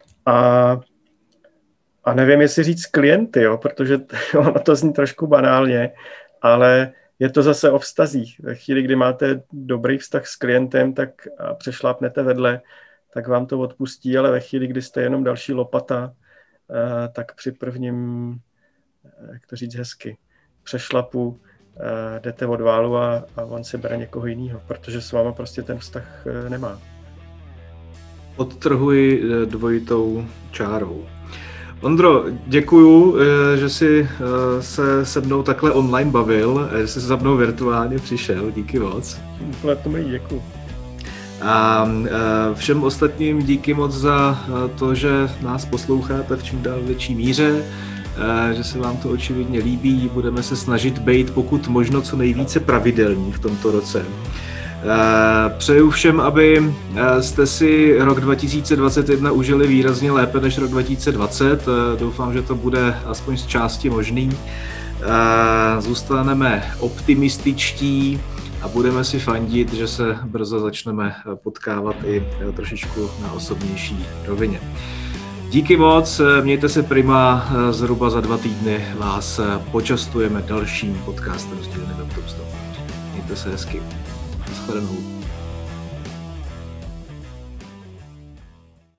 A nevím, jestli říct klienty, jo, protože ono to zní trošku banálně, ale je to zase o vztazích. Ve chvíli, kdy máte dobrý vztah s klientem, tak přešlápnete vedle, tak vám to odpustí, ale ve chvíli, kdy jste jenom další lopata, tak při prvním, jak to říct hezky, přešlapu jdete od válu a on si bere někoho jiného, protože s váma prostě ten vztah nemá. Odtrhuji dvojitou čárou. Ondro, děkuju, že jsi se mnou takhle online bavil, že jsi za mnou virtuálně přišel, díky moc. To mi děkuju. A všem ostatním díky moc za to, že nás posloucháte v čím dál větší míře, že se vám to očividně líbí, budeme se snažit být pokud možno co nejvíce pravidelní v tomto roce. Přeju všem, aby jste si rok 2021 užili výrazně lépe než rok 2020. Doufám, že to bude aspoň z části možný. Zůstaneme optimističtí a budeme si fandit, že se brzo začneme potkávat i trošičku na osobnější rovině. Díky moc, mějte se prima, zhruba za 2 týdny vás počastujeme dalším podcastem z dílny Webtop 100. Mějte se hezky. Shledanou.